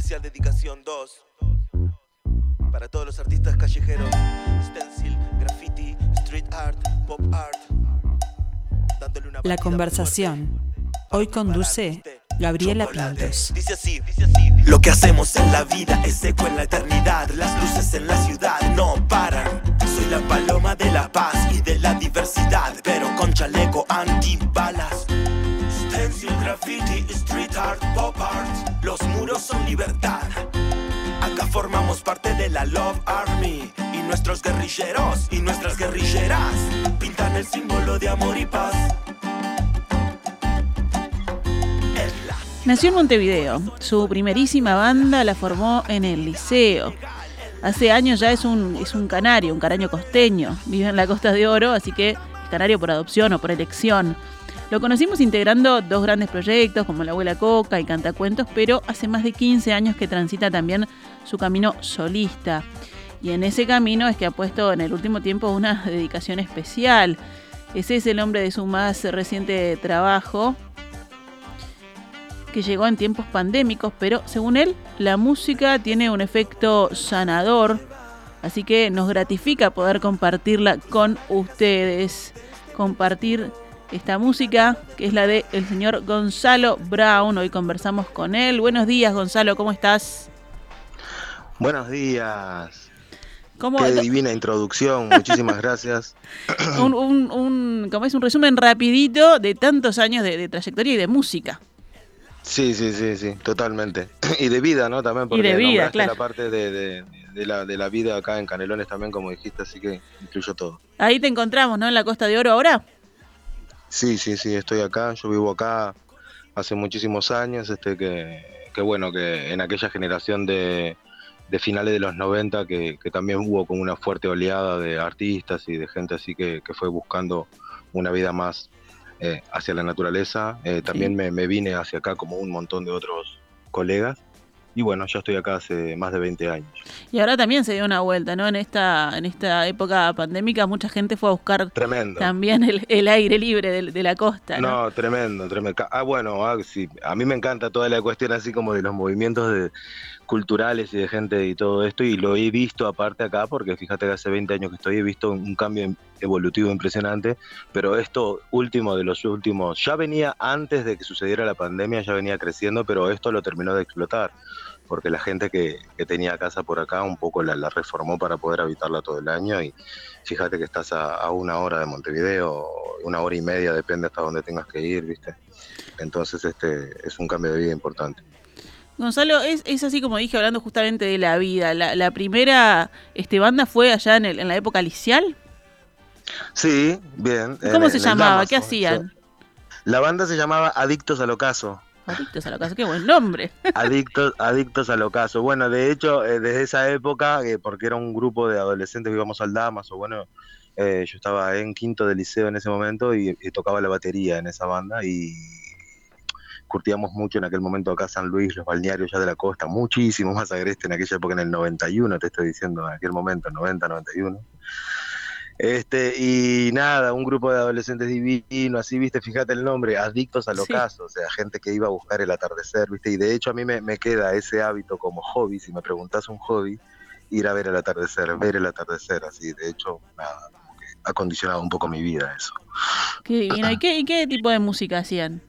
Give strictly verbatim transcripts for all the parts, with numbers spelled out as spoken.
especial dedicación dos para todos los artistas callejeros, stencil, graffiti, street art, pop art. Dándole una La conversación. Hoy conduce Gabriela Pintos. Dice así, dice así. Lo que hacemos en la vida es eco en la eternidad. Las luces en la ciudad no paran. Soy la paloma de la paz y de la diversidad, pero con chaleco antibalas. Stencil, graffiti, street art, pop art. Los muros son libertad. Acá formamos parte de la Love Army. Y nuestros guerrilleros y nuestras guerrilleras pintan el símbolo de amor y paz. Nació en Montevideo. Su primerísima banda la formó en el liceo. Hace años ya es un, es un canario, un canario costeño. Vive en la Costa de Oro, así que es canario por adopción o por elección. Lo conocimos integrando dos grandes proyectos como La Abuela Coca y Cantacuentos, pero hace más de quince años que transita también su camino solista. Y en ese camino es que ha puesto en el último tiempo una dedicación especial. Ese es el nombre de su más reciente trabajo, que llegó en tiempos pandémicos, pero según él, la música tiene un efecto sanador, así que nos gratifica poder compartirla con ustedes. Compartir esta música, que es la de el señor Gonzalo Brown. Hoy conversamos con él. Buenos días, Gonzalo, ¿cómo estás? Buenos días. ¿Cómo? Qué divina introducción, muchísimas gracias. un, un, un, como es un resumen rapidito de tantos años de, de trayectoria y de música. Sí, sí, sí, sí, totalmente. Y de vida, ¿no? También porque y de vida, claro. La parte de, de, de, la, de la vida acá en Canelones también, como dijiste, así que incluyo todo. Ahí te encontramos, ¿no? En la Costa de Oro ahora. Sí, sí, sí, estoy acá, yo vivo acá hace muchísimos años, este que, que bueno, que en aquella generación de, de finales de los noventa que, que también hubo como una fuerte oleada de artistas y de gente así que, que fue buscando una vida más Eh, hacia la naturaleza. Eh, también sí. me, me vine hacia acá como un montón de otros colegas y bueno, ya estoy acá hace más de veinte años. Y ahora también se dio una vuelta, ¿no? En esta en esta época pandémica mucha gente fue a buscar tremendo. también el, el aire libre de, de la costa, ¿no? No, tremendo, tremendo. Ah, bueno, ah, sí. A mí me encanta toda la cuestión así como de los movimientos de, culturales y de gente y todo esto, y lo he visto aparte acá, porque fíjate que hace veinte años que estoy, he visto un cambio evolutivo impresionante, pero esto último de los últimos, ya venía antes de que sucediera la pandemia, ya venía creciendo, pero esto lo terminó de explotar, porque la gente que, que tenía casa por acá un poco la, la reformó para poder habitarla todo el año, y fíjate que estás a, a una hora de Montevideo, una hora y media, depende hasta donde tengas que ir, ¿viste? Entonces este es un cambio de vida importante. Gonzalo, es, es así como dije, hablando justamente de la vida. La, la primera este, banda fue allá en, el, en la época licial. Sí, bien. ¿Cómo en, se en llamaba? ¿Qué hacían? La banda se llamaba Adictos al Ocaso. Adictos al Ocaso, qué buen nombre. Adictos, Adictos al Ocaso. Bueno, de hecho, eh, desde esa época, eh, porque era un grupo de adolescentes que íbamos al Damaso, bueno, eh, yo estaba en quinto de liceo en ese momento y, y tocaba la batería en esa banda y curtíamos mucho en aquel momento acá San Luis, los balnearios ya de la costa, muchísimo más agreste en aquella época, en el noventa y uno, te estoy diciendo, en aquel momento, noventa, noventa y uno. Este, y nada, un grupo de adolescentes divinos, así, viste, fíjate el nombre, Adictos al Ocaso, sí. O sea, gente que iba a buscar el atardecer, viste, y de hecho a mí me, me queda ese hábito como hobby, si me preguntás un hobby, ir a ver el atardecer, ver el atardecer, así, de hecho, nada, como que ha condicionado un poco mi vida eso. Qué divino. ¿Y qué, y qué tipo de música hacían?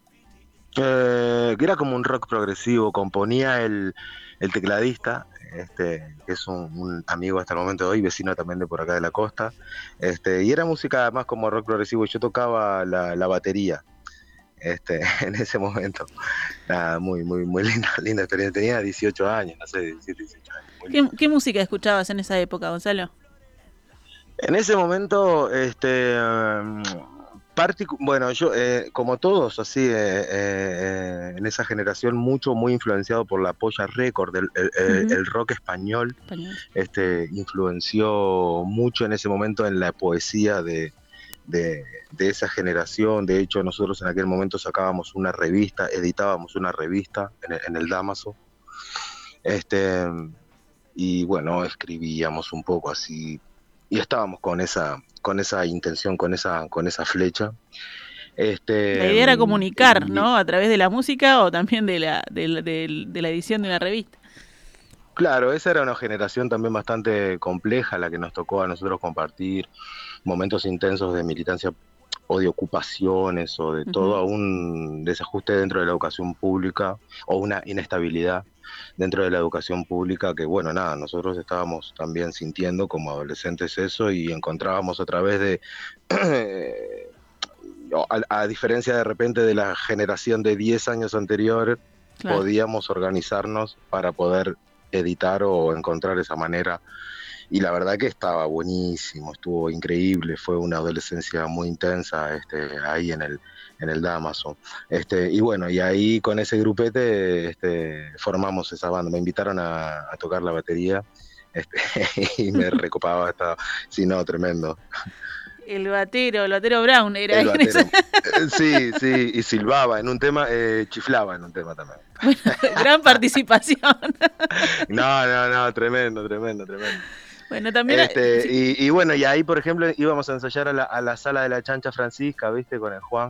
Eh, que era como un rock progresivo, componía el, el tecladista, este, que es un, un amigo hasta el momento de hoy, vecino también de por acá de la costa, este, y era música más como rock progresivo, y yo tocaba la, la batería, este, en ese momento. Nada, muy, muy, muy linda, linda experiencia. Tenía dieciocho años, no sé, diecisiete, dieciocho años. ¿Qué, ¿Qué música escuchabas en esa época, Gonzalo? En ese momento, este... Um, Particu- bueno, yo, eh, como todos, así, eh, eh, en esa generación, mucho, muy influenciado por la Polla Record, el, el, uh-huh. el rock español, español, este, influenció mucho en ese momento en la poesía de, de, de esa generación. De hecho, nosotros en aquel momento sacábamos una revista, editábamos una revista en el, en el Damaso, este, y bueno, escribíamos un poco así, y estábamos con esa con esa intención, con esa con esa flecha. Este, La idea era comunicar, y, ¿no? A través de la música o también de la, de, la- de- de la edición de una revista. claro, esa era una generación también bastante compleja la que nos tocó a nosotros compartir momentos intensos de militancia o de ocupaciones o de todo Ujú. un desajuste dentro de la educación pública o una inestabilidad dentro de la educación pública que bueno, nada, nosotros estábamos también sintiendo como adolescentes eso y encontrábamos a través de, a, a diferencia de repente de la generación de diez años anterior, Claro. podíamos organizarnos para poder editar o encontrar esa manera y la verdad que estaba buenísimo, estuvo increíble, fue una adolescencia muy intensa este, ahí en el, en el Damaso. Este, y bueno, y ahí con ese grupete este, formamos esa banda, me invitaron a, a tocar la batería este, y me recopaba hasta, sí, no, tremendo. El batero, el batero Brown era El ahí en batero, esa- eh, sí, sí, y silbaba en un tema, eh, chiflaba en un tema también. Bueno, gran participación. No, no, no, tremendo, tremendo, tremendo. Bueno, también... Este, sí, y, y bueno, y ahí, por ejemplo, íbamos a ensayar a la, a la sala de la Chancha Francisca, ¿viste? Con el Juan.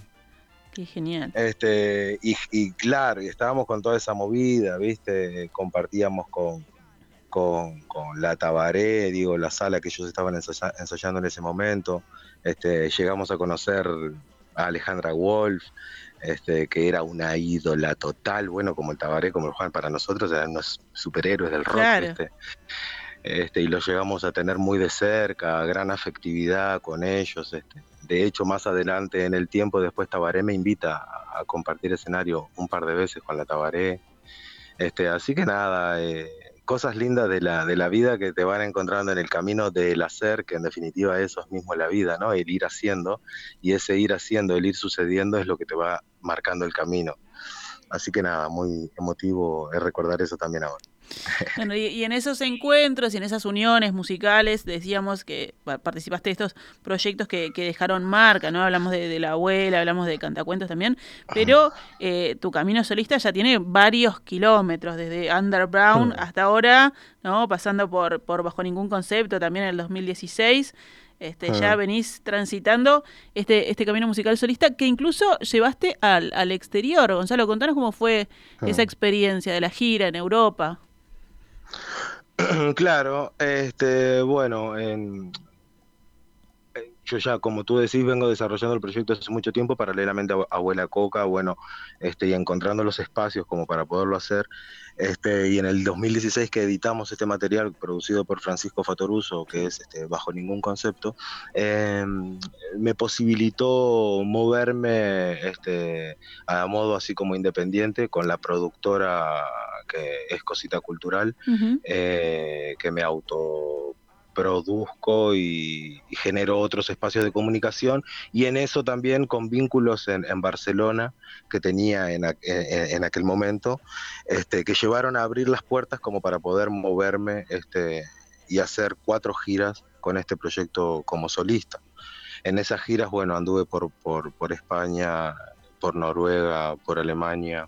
qué genial. Este, y, y claro, y estábamos con toda esa movida, ¿viste? Compartíamos con, con, con la Tabaré, digo, la sala que ellos estaban ensaya, ensayando en ese momento. Este, llegamos a conocer a Alejandra Wolf, este, que era una ídola total, bueno, como el Tabaré, como el Juan, para nosotros eran unos superhéroes del rock, Claro. ¿viste? Este, y los llegamos a tener muy de cerca, gran afectividad con ellos. Este. De hecho, más adelante en el tiempo, después Tabaré me invita a, a compartir escenario un par de veces con la Tabaré. Este, así que nada, eh, cosas lindas de la, de la vida que te van encontrando en el camino del hacer, que en definitiva eso es mismo la vida, ¿no? El ir haciendo, y ese ir haciendo, el ir sucediendo es lo que te va marcando el camino. Así que nada, muy emotivo es recordar eso también ahora. Bueno, y, y en esos encuentros y en esas uniones musicales decíamos que pa- participaste de estos proyectos que, que dejaron marca, ¿no? Hablamos de, de La Abuela, hablamos de Cantacuentos también, pero eh, tu camino solista ya tiene varios kilómetros, desde Underground hasta ahora, ¿no? Pasando por, por Bajo Ningún Concepto, también en el dos mil dieciséis. Este, ya venís transitando este, este camino musical solista que incluso llevaste al, al exterior. Gonzalo, contanos cómo fue esa experiencia de la gira en Europa. Claro, este, bueno, en, yo ya, como tú decís, vengo desarrollando el proyecto hace mucho tiempo, paralelamente a Abuela Coca, bueno, este, y encontrando los espacios como para poderlo hacer. Este, y en el dos mil dieciséis que editamos este material producido por Francisco Fatoruso, que es este, Bajo Ningún Concepto, eh, me posibilitó moverme este, a modo así como independiente con la productora que es Cosita Cultural, Uh-huh. eh, que me auto produzco y, y genero otros espacios de comunicación y en eso también con vínculos en, en Barcelona que tenía en, a, en, en aquel momento, este, que llevaron a abrir las puertas como para poder moverme este, y hacer cuatro giras con este proyecto como solista. En esas giras, bueno, anduve por, por, por España, por Noruega, por Alemania,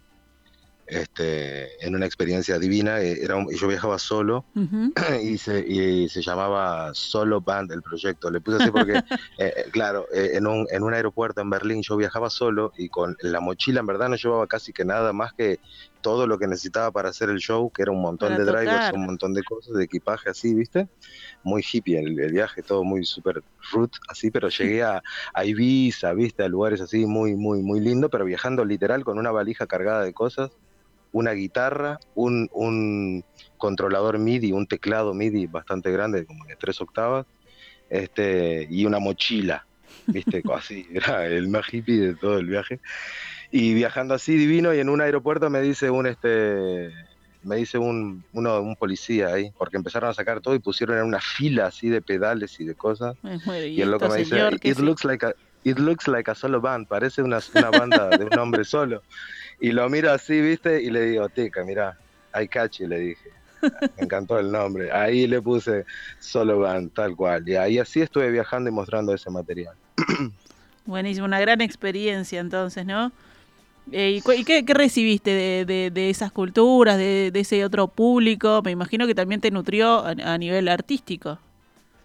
este, en una experiencia divina. Era un, yo viajaba solo. Uh-huh. Y se, y se llamaba Solo Band el proyecto. Le puse así porque, eh, claro, eh, en, un, en un aeropuerto en Berlín yo viajaba solo y con la mochila en verdad no llevaba casi que nada más que todo lo que necesitaba para hacer el show, que era un montón Para de tocar. drivers, un montón de cosas, de equipaje así, ¿viste? Muy hippie el, el viaje, todo muy super root, así, pero llegué a, a Ibiza, ¿viste? A lugares así muy, muy, muy lindo, pero viajando literal con una valija cargada de cosas, una guitarra, un, un controlador M I D I, un teclado M I D I bastante grande, como de tres octavas, este, y una mochila, viste, así, era el más hippie de todo el viaje. Y viajando así divino, y en un aeropuerto me dice un este me dice un, uno, un policía ahí, porque empezaron a sacar todo y pusieron en una fila así de pedales y de cosas. Bueno, y, y el loco me dice, que it looks like a, it looks like a solo band, parece una, una banda de un hombre solo. Y lo miro así, ¿viste? Y le digo, tica, mirá, I catch you, le dije. Me encantó el nombre. Ahí le puse Solo Band, tal cual. Y ahí así estuve viajando y mostrando ese material. Buenísimo, una gran experiencia entonces, ¿no? Eh, ¿Y, y qué, qué recibiste de, de, de esas culturas, de, de ese otro público? Me imagino que también te nutrió a, a nivel artístico.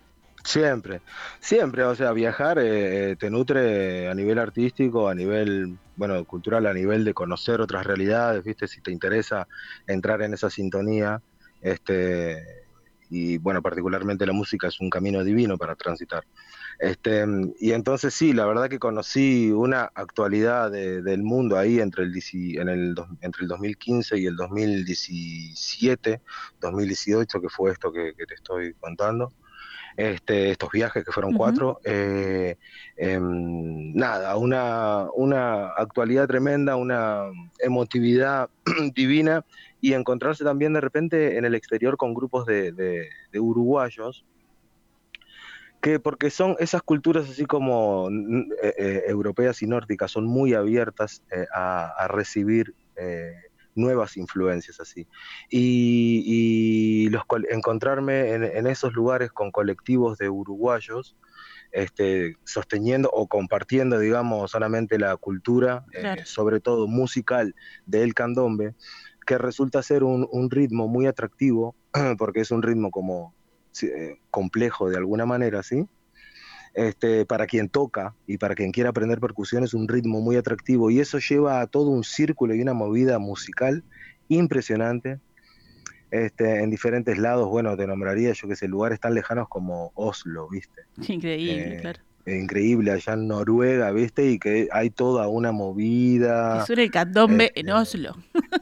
Siempre, siempre, o sea, viajar eh, te nutre a nivel artístico, a nivel, bueno, cultural, a nivel de conocer otras realidades, ¿viste? Si te interesa entrar en esa sintonía, este, y bueno, particularmente la música es un camino divino para transitar. Este, y entonces sí, la verdad que conocí una actualidad de- del mundo ahí entre el, dieci- en el, dos- entre el dos mil quince y el dos mil diecisiete, dos mil dieciocho, que fue esto que que te estoy contando, este, estos viajes que fueron Ujú. cuatro. Eh, em, nada, una, una actualidad tremenda, una emotividad divina, y encontrarse también de repente en el exterior con grupos de, de- de uruguayos, que porque son esas culturas así como mm, eh, eh, europeas y nórdicas, son muy abiertas eh, a, a recibir eh, nuevas influencias así. Y, y los, col- encontrarme en, en esos lugares con colectivos de uruguayos, este, sosteniendo o compartiendo, digamos, solamente la cultura, eh, Claro. sobre todo musical, del candombe, que resulta ser un, un ritmo muy atractivo, porque es un ritmo como sí, eh, complejo de alguna manera, ¿sí? Este, para quien toca y para quien quiera aprender percusión es un ritmo muy atractivo, y eso lleva a todo un círculo y una movida musical impresionante, este, en diferentes lados. Bueno, te nombraría yo que sé, lugares tan lejanos como Oslo, ¿viste? Increíble, Eh, claro. increíble allá en Noruega, ¿viste? Y que hay toda una Que movida. suena el candombe en Este, Oslo.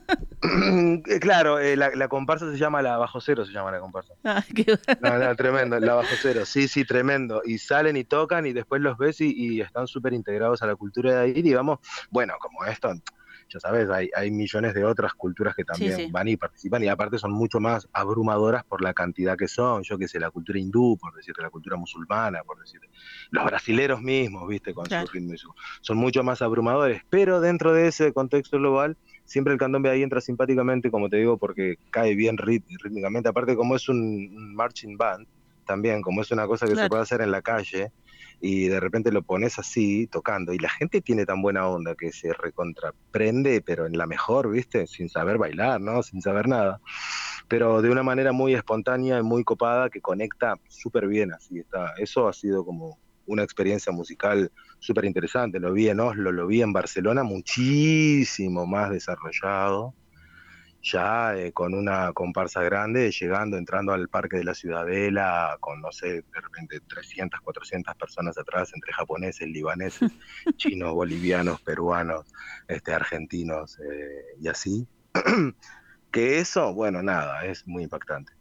claro, eh, la, la comparsa se llama la Bajo Cero, se llama la comparsa. Ah, qué- No, no, tremendo, la Bajo Cero, sí, sí, tremendo. Y salen y tocan y después los ves y, y están súper integrados a la cultura de ahí, digamos. Bueno, como esto, ya sabes, hay, hay millones de otras culturas que Sí, también sí, van y participan, y aparte son mucho más abrumadoras por la cantidad que son. Yo qué sé, la cultura hindú, por decirte, la cultura musulmana, por decirte. Los brasileros mismos, viste, con su claro. ritmo y su... Son mucho más abrumadores, pero dentro de ese contexto global siempre el candombe ahí entra simpáticamente, como te digo, porque cae bien rit- rítmicamente. Aparte, como es un, un marching band, también, como es una cosa que se Claro. puede hacer en la calle, y de repente lo pones así, tocando, y la gente tiene tan buena onda que se recontraprende, pero en la mejor, ¿viste? Sin saber bailar, ¿no? Sin saber nada. Pero de una manera muy espontánea y muy copada, que conecta súper bien, así está. Eso ha sido como una experiencia musical súper interesante. Lo vi en Oslo, lo vi en Barcelona, muchísimo más desarrollado, ya eh, con una comparsa grande, llegando, entrando al Parque de la Ciudadela, con, no sé, de repente trescientas, cuatrocientas personas atrás, entre japoneses, libaneses, chinos, bolivianos, peruanos, este, argentinos, eh, y así. Que eso, bueno, nada, es muy impactante.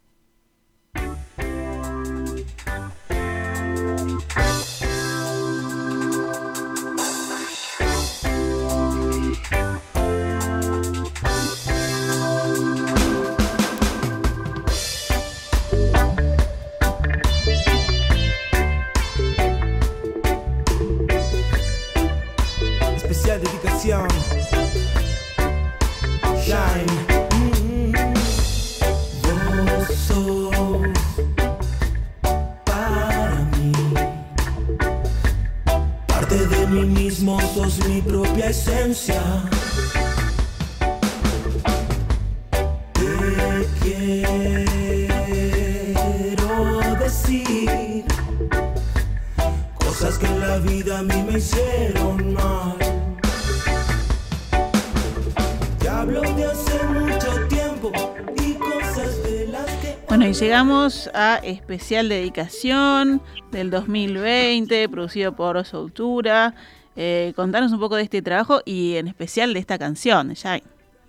Especial dedicación, Shine. Vos sos para mí parte de mí mismo, sos mi propia esencia. Te quiero decir cosas que en la vida a mí me hicieron mal. Te hablo de hace mucho tiempo y cosas de las que... Bueno, y llegamos a especial dedicación del dos mil veinte, producido por Soltura. Eh, contanos un poco de este trabajo y en especial de esta canción, Shine.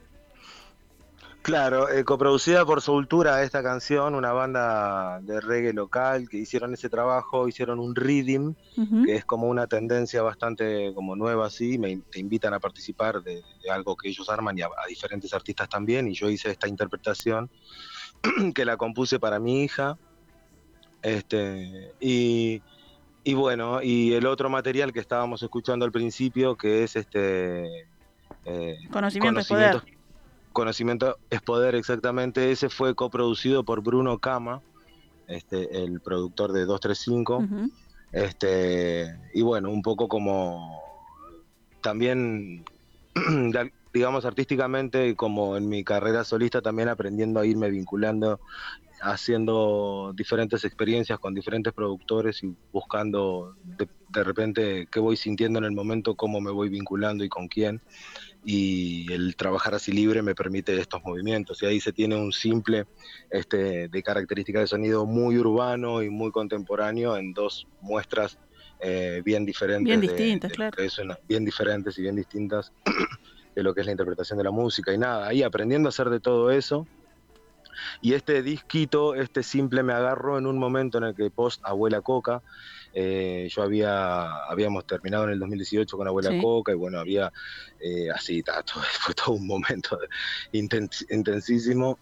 Claro, eh, coproducida por Soultura esta canción, una banda de reggae local que hicieron ese trabajo, hicieron un Rhythm, Ujú. que es como una tendencia bastante como nueva así, me, te invitan a participar de, de algo que ellos arman, y a, a diferentes artistas también, y yo hice esta interpretación que la compuse para mi hija, este, y, y bueno, y el otro material que estábamos escuchando al principio, que es este eh, Conocimiento es conocimientos. poder. Conocimiento es poder, exactamente. Ese fue coproducido por Bruno Cama, este, el productor de doscientos treinta y cinco. Ujú. Este, y bueno, un poco como también digamos, artísticamente, como en mi carrera solista, también aprendiendo a irme vinculando, haciendo diferentes experiencias con diferentes productores y buscando de, de repente qué voy sintiendo en el momento, cómo me voy vinculando y con quién. Y el trabajar así libre me permite estos movimientos. Y ahí se tiene un simple este, de características de sonido muy urbano y muy contemporáneo en dos muestras eh, bien Bien diferentes de, distintas, de lo claro. que es una, bien diferentes y bien distintas de lo que es la interpretación de la música y nada, ahí aprendiendo a hacer de todo eso. Y este disquito, este simple me agarró en un momento en el que post Abuela Coca, eh, yo había, habíamos terminado en el dos mil dieciocho con Abuela Sí. Coca y bueno, había eh, así, tato, fue todo un momento intens, intensísimo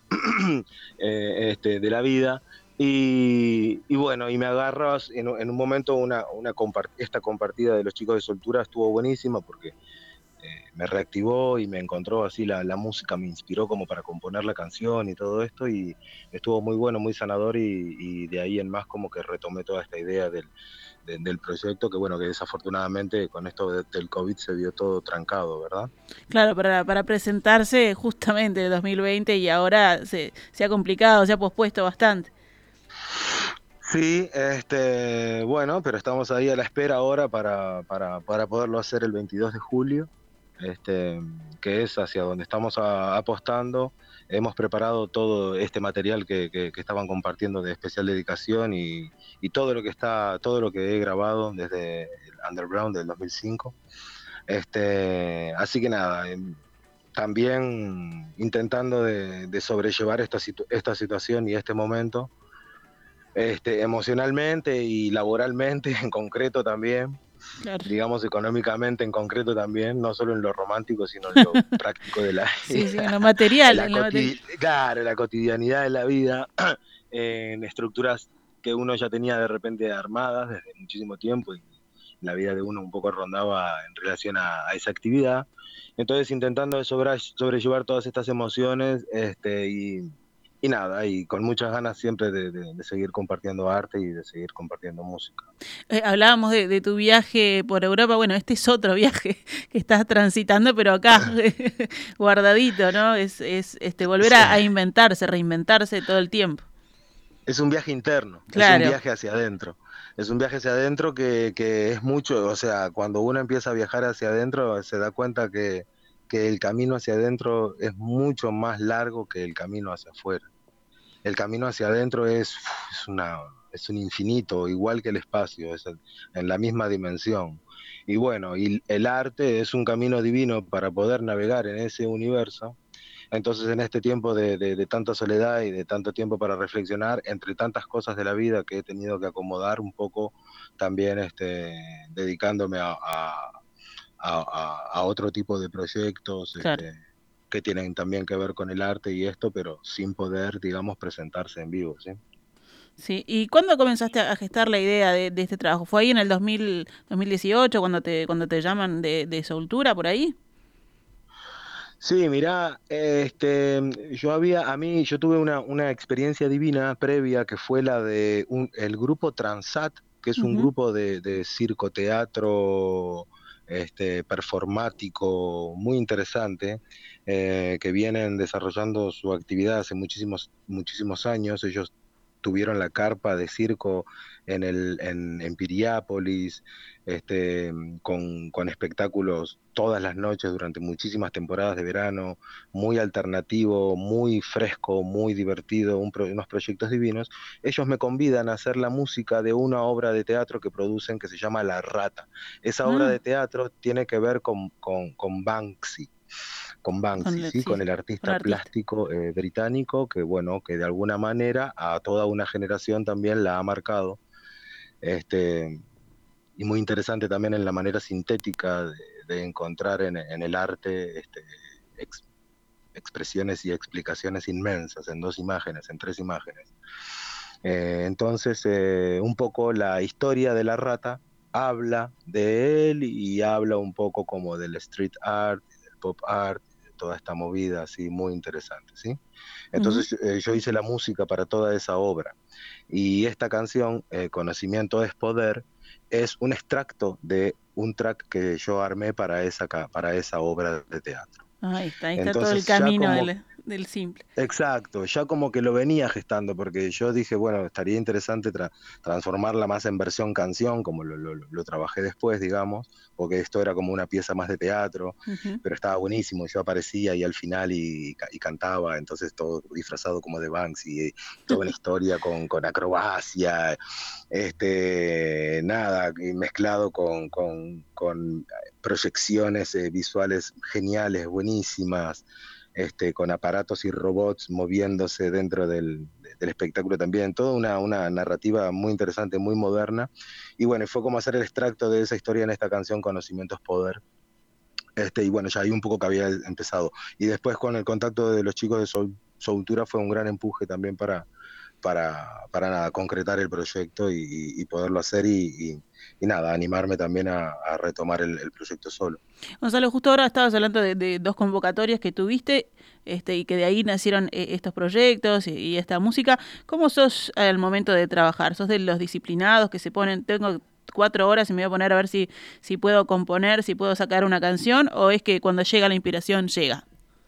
eh, este, de la vida. Y, y bueno, y me agarras en, en un momento una, una compart esta compartida de los chicos de Soltura estuvo buenísima porque eh, me reactivó y me encontró así la, la música, me inspiró como para componer la canción y todo esto y estuvo muy bueno, muy sanador y, y de ahí en más como que retomé toda esta idea del, de, del proyecto que bueno, que desafortunadamente con esto de, del COVID se vio todo trancado, ¿verdad? Claro, para, para presentarse justamente el dos mil veinte y ahora se, se ha complicado, se ha pospuesto bastante. Sí, este, bueno, pero estamos ahí a la espera ahora para, para, para poderlo hacer el veintidós de julio, este, que es hacia donde estamos a, apostando. Hemos preparado todo este material que, que, que estaban compartiendo de especial dedicación y, y todo lo que está, todo lo que he grabado desde el Underground del dos mil cinco. Este, así que nada, em, también intentando de, de sobrellevar esta, situ esta situación y este momento este, emocionalmente y laboralmente en concreto también, Claro. digamos económicamente en concreto también, no solo en lo romántico, sino en lo práctico de la Sí, sí, vida, en lo material. la En lo material. claro, la cotidianidad de la vida, en estructuras que uno ya tenía de repente armadas desde muchísimo tiempo y la vida de uno un poco rondaba en relación a, a esa actividad. Entonces intentando de sobre, sobrellevar todas estas emociones este, y y nada, y con muchas ganas siempre de, de, de seguir compartiendo arte y de seguir compartiendo música. Eh, hablábamos de, de tu viaje por Europa, bueno, este es otro viaje que estás transitando, pero acá, guardadito, ¿no? Es, es este, volver a, a inventarse, reinventarse todo el tiempo. Es un viaje interno, Claro. Es un viaje hacia adentro. Es un viaje hacia adentro que, que es mucho, o sea, cuando uno empieza a viajar hacia adentro se da cuenta que, que el camino hacia adentro es mucho más largo que el camino hacia afuera. El camino hacia adentro es, es, una, es un infinito, igual que el espacio, es en la misma dimensión. Y bueno, y el arte es un camino divino para poder navegar en ese universo. Entonces en este tiempo de, de, de tanta soledad y de tanto tiempo para reflexionar, entre tantas cosas de la vida que he tenido que acomodar un poco, también este, dedicándome a, a, a, a otro tipo de proyectos, Claro. este, que tienen también que ver con el arte y esto, pero sin poder, digamos, presentarse en vivo, ¿sí? Sí, ¿y cuándo comenzaste a gestar la idea de, de este trabajo? ¿Fue ahí en el dos mil, dos mil dieciocho cuando te, cuando te llaman de, de Soltura, por ahí? Sí, mirá, este, yo había, a mí, yo tuve una, una experiencia divina previa que fue la de un, el grupo Transat, que es un Uh-huh. grupo de, de circo, teatro, este, performático, muy interesante, eh, que vienen desarrollando su actividad hace muchísimos, muchísimos años. Ellos tuvieron la carpa de circo en, el, en, en Piriápolis, este, con, con espectáculos todas las noches durante muchísimas temporadas de verano, muy alternativo, muy fresco, muy divertido, un pro, unos proyectos divinos. Ellos me convidan a hacer la música de una obra de teatro que producen que se llama La Rata. Esa obra Ah, de teatro tiene que ver con, con, con Banksy. Con con, Banksy, el- ¿sí? sí, Con el con el artista artista. plástico eh, británico que, bueno, que de alguna manera a toda una generación también la ha marcado. Este, y muy interesante también en la manera sintética de, de encontrar en, en, el arte este, ex, expresiones y explicaciones inmensas en dos imágenes, en tres imágenes. Eh, entonces, eh, un poco la historia de La Rata habla de él y habla un poco como del street art, del pop art, de toda esta movida así muy interesante, ¿sí? Uh-huh. Entonces eh, yo hice la música para toda esa obra y esta canción, eh, Conocimiento es Poder, es un extracto de un track que yo armé para esa, para esa obra de teatro. Ahí está, ahí está todo el Entonces ya camino como del, del simple. exacto, ya como que lo venía gestando, porque yo dije, bueno, estaría interesante tra- transformarla más en versión canción, como lo, lo- lo trabajé después, digamos, porque esto era como una pieza más de teatro, Ujú. pero estaba buenísimo, yo aparecía ahí al final y, ca- y cantaba, entonces todo disfrazado como de Banksy, y toda una historia con, con acrobacia, este, nada, y mezclado con, con, con proyecciones eh, visuales geniales, buenísimas, este, con aparatos y robots moviéndose dentro del, del espectáculo también, toda una, una narrativa muy interesante, muy moderna, y bueno, fue como hacer el extracto de esa historia en esta canción Conocimiento es Poder, este, y bueno, ya ahí un poco que había empezado, y después con el contacto de los chicos de Sol, Soltura fue un gran empuje también para, para, para nada, concretar el proyecto y, y- y poderlo hacer y, y- y nada, animarme también a, a retomar el, el proyecto solo. Gonzalo, justo ahora estabas hablando de, de dos convocatorias que tuviste, este, y que de ahí nacieron eh, estos proyectos y, y esta música. ¿Cómo sos al momento de trabajar? ¿Sos de los disciplinados que se ponen, tengo cuatro horas y me voy a poner a ver si, si puedo componer, si puedo sacar una canción, o es que cuando llega la inspiración llega?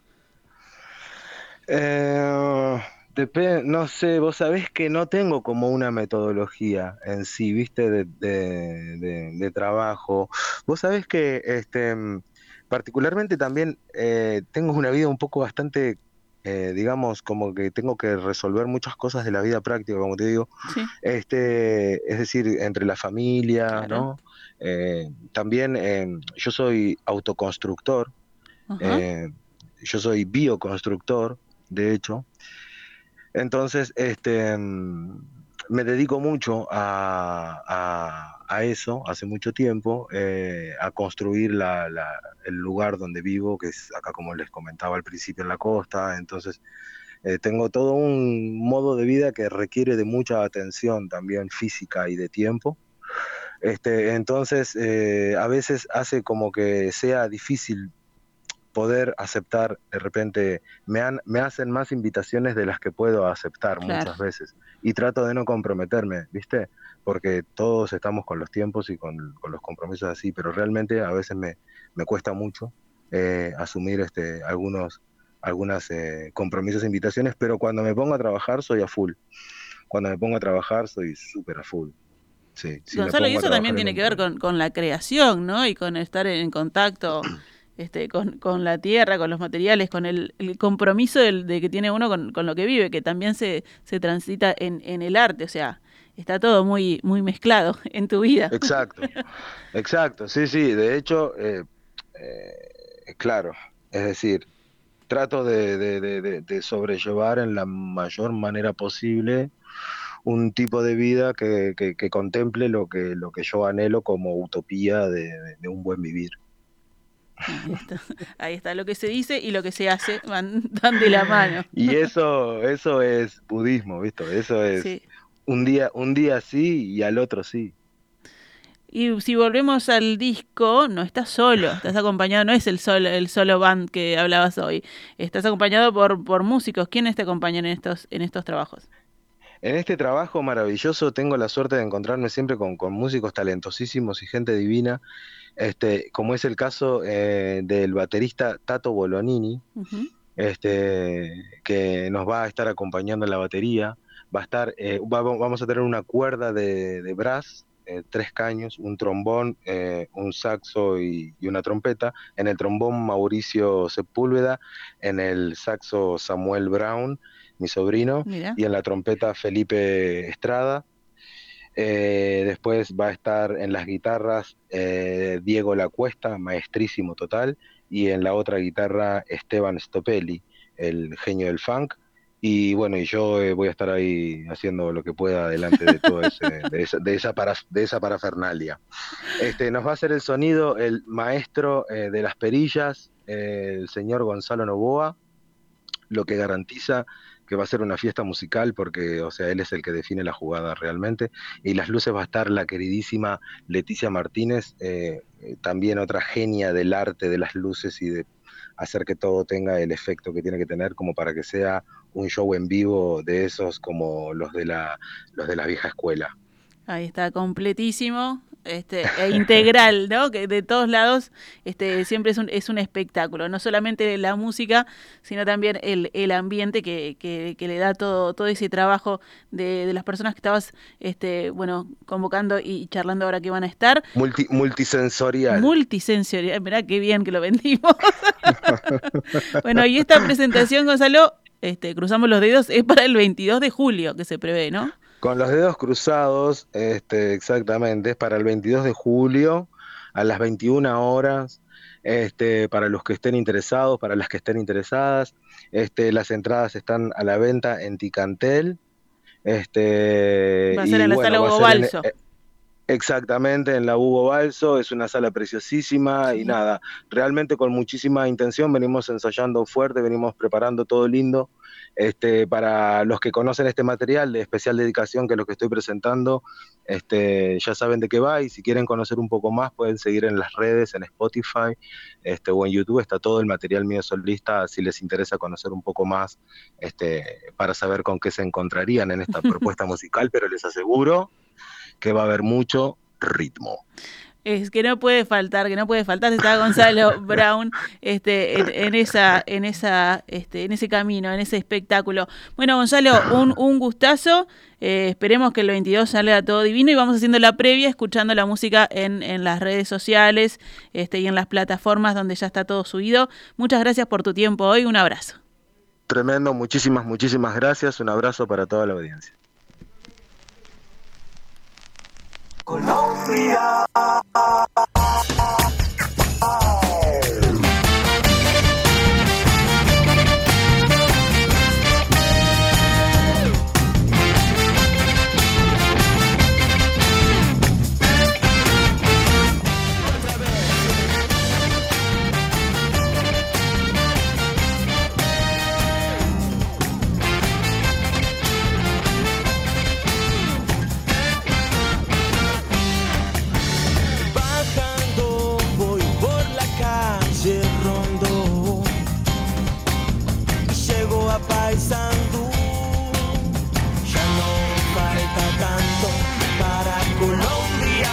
Eh, depe- no sé, vos sabés que no tengo como una metodología en sí, viste, de, de- de- de trabajo. Vos sabés que este, mm, particularmente también eh, tengo una vida un poco bastante, eh, digamos, como que tengo que resolver muchas cosas de la vida práctica, como te digo. Sí, Este, es decir, entre la familia, claro. ¿no? Eh, también eh, yo soy autoconstructor, Ajá. eh, yo soy bioconstructor, de hecho. Entonces, este, mm, me dedico mucho a, a- a eso, hace mucho tiempo, eh, a construir la- la- el lugar donde vivo, que es acá, como les comentaba al principio, en la costa. Entonces, eh, tengo todo un modo de vida que requiere de mucha atención también física y de tiempo. Este, entonces, eh, a veces hace como que sea difícil poder aceptar, de repente me, han, me hacen más invitaciones de las que puedo aceptar Claro. muchas veces y trato de no comprometerme, ¿viste? Porque todos estamos con los tiempos y con, con los compromisos así, pero realmente a veces me, me cuesta mucho eh, asumir este, algunos algunas eh, compromisos e invitaciones, pero cuando me pongo a trabajar soy a full. Cuando me pongo a trabajar soy súper a full. Sí, si me Gonzalo, y pongo a eso también trabajar en tiene un que ver proyecto. con, con la creación, ¿no? Y con estar en contacto, este, con, con la tierra, con los materiales, con el, el compromiso del- de que tiene uno con, con lo que vive, que también se, se transita en, en el arte, o sea, está todo muy, muy mezclado en tu vida. Exacto, exacto, sí, sí, de hecho, eh, eh, claro, es decir, trato de, de- de- de- de sobrellevar en la mayor manera posible un tipo de vida que, que- que contemple lo que, lo que yo anhelo como utopía de, de- de un buen vivir. Ahí está, ahí está, lo que se dice y lo que se hace van, van de la mano. Y eso, eso es budismo, ¿viste? Eso es Sí. un día, un día sí y al otro sí. Y si volvemos al disco, no estás solo, estás acompañado, no es el solo, el solo band que hablabas hoy, estás acompañado por, por músicos. ¿Quiénes te acompañan en estos, en estos trabajos? En este trabajo maravilloso tengo la suerte de encontrarme siempre con, con músicos talentosísimos y gente divina, este, como es el caso eh, del baterista Tato Bolonini, Ujú. este, que nos va a estar acompañando en la batería. Va a estar, eh, va- vamos a tener una cuerda de, de brass, eh, tres caños, un trombón, eh, un saxo y, y una trompeta. En el trombón Mauricio Sepúlveda, en el saxo Samuel Brown, mi sobrino, Mira, y en la trompeta Felipe Estrada. Eh, después va a estar en las guitarras eh, Diego Lacuesta, maestrísimo total, y en la otra guitarra Esteban Stopelli, el genio del funk. Y bueno, y yo eh, voy a estar ahí haciendo lo que pueda delante de todo ese, de esa, de esa, para, de esa parafernalia. Este, nos va a hacer el sonido el maestro eh, de las perillas, eh, el señor Gonzalo Novoa, lo que garantiza que va a ser una fiesta musical porque, o sea, él es el que define la jugada realmente. Y las luces va a estar la queridísima Leticia Martínez, eh, eh, también otra genia del arte de las luces y de hacer que todo tenga el efecto que tiene que tener como para que sea un show en vivo de esos como los de la, los de la vieja escuela. ahí está completísimo. este, e integral, ¿no? Que de todos lados este, siempre es un, es un espectáculo, no solamente la música, sino también el, el ambiente que, que, que le da todo, todo ese trabajo de, de las personas que estabas este, bueno, convocando y charlando ahora que van a estar. Multi, multisensorial. Multisensorial, mirá qué bien que lo vendimos. Bueno, y esta presentación, Gonzalo, este, cruzamos los dedos, es para el veintidós de julio que se prevé, ¿no? Con los dedos cruzados, este, exactamente, es para el veintidós de julio a las veintiuna horas, este, para los que estén interesados, para las que estén interesadas, este, las entradas están a la venta en Ticantel. Este, va a ser y, en la bueno, sala Hugo Balso. En, exactamente, en la Hugo Balso, es una sala preciosísima sí. Y nada, realmente con muchísima intención, venimos ensayando fuerte, venimos preparando todo lindo. Este, para los que conocen este material de especial dedicación, que es lo que estoy presentando, este, ya saben de qué va, y si quieren conocer un poco más pueden seguir en las redes, en Spotify este, o en YouTube, está todo el material mío solista, si les interesa conocer un poco más, este, para saber con qué se encontrarían en esta propuesta musical, pero les aseguro que va a haber mucho ritmo. Es que no puede faltar, que no puede faltar, está Gonzalo Brown este, en, en esa, en esa, este, en ese camino, en ese espectáculo. Bueno, Gonzalo, un, un gustazo. Eh, esperemos que el veintidós salga todo divino y vamos haciendo la previa, escuchando la música en, en las redes sociales este, y en las plataformas donde ya está todo subido. Muchas gracias por tu tiempo hoy, un abrazo. Tremendo, muchísimas, muchísimas gracias. Un abrazo para toda la audiencia. Colombia. Paisandú, ya no falta tanto para Colombia.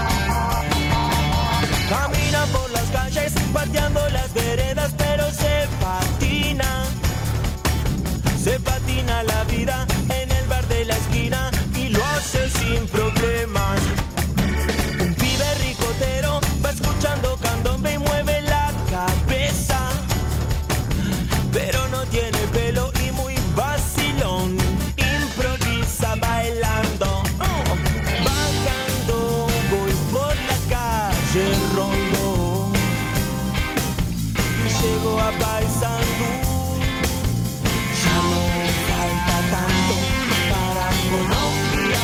Camina por las calles, pateando las veredas, pero se patina, se patina la vida en el bar de la esquina y lo hace sin problemas. Un pibe ricotero va escuchando candombe y mueve la cabeza, pero no tiene pelo y muy vacilón, improvisa bailando, oh. Bajando voy por la calle Rondó y llego a Paisandú, ya no falta tanto para Colombia.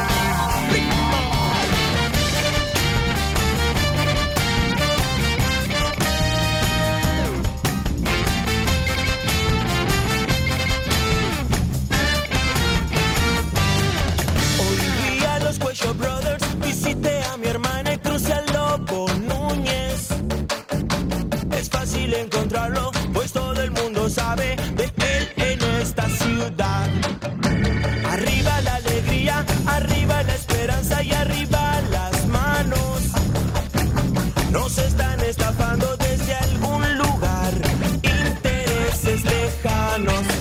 Cuello Brothers, visité a mi hermana y crucé al Loco Núñez. Es fácil encontrarlo, pues todo el mundo sabe de él en esta ciudad. Arriba la alegría, arriba la esperanza y arriba las manos. Nos están estafando desde algún lugar, intereses lejanos.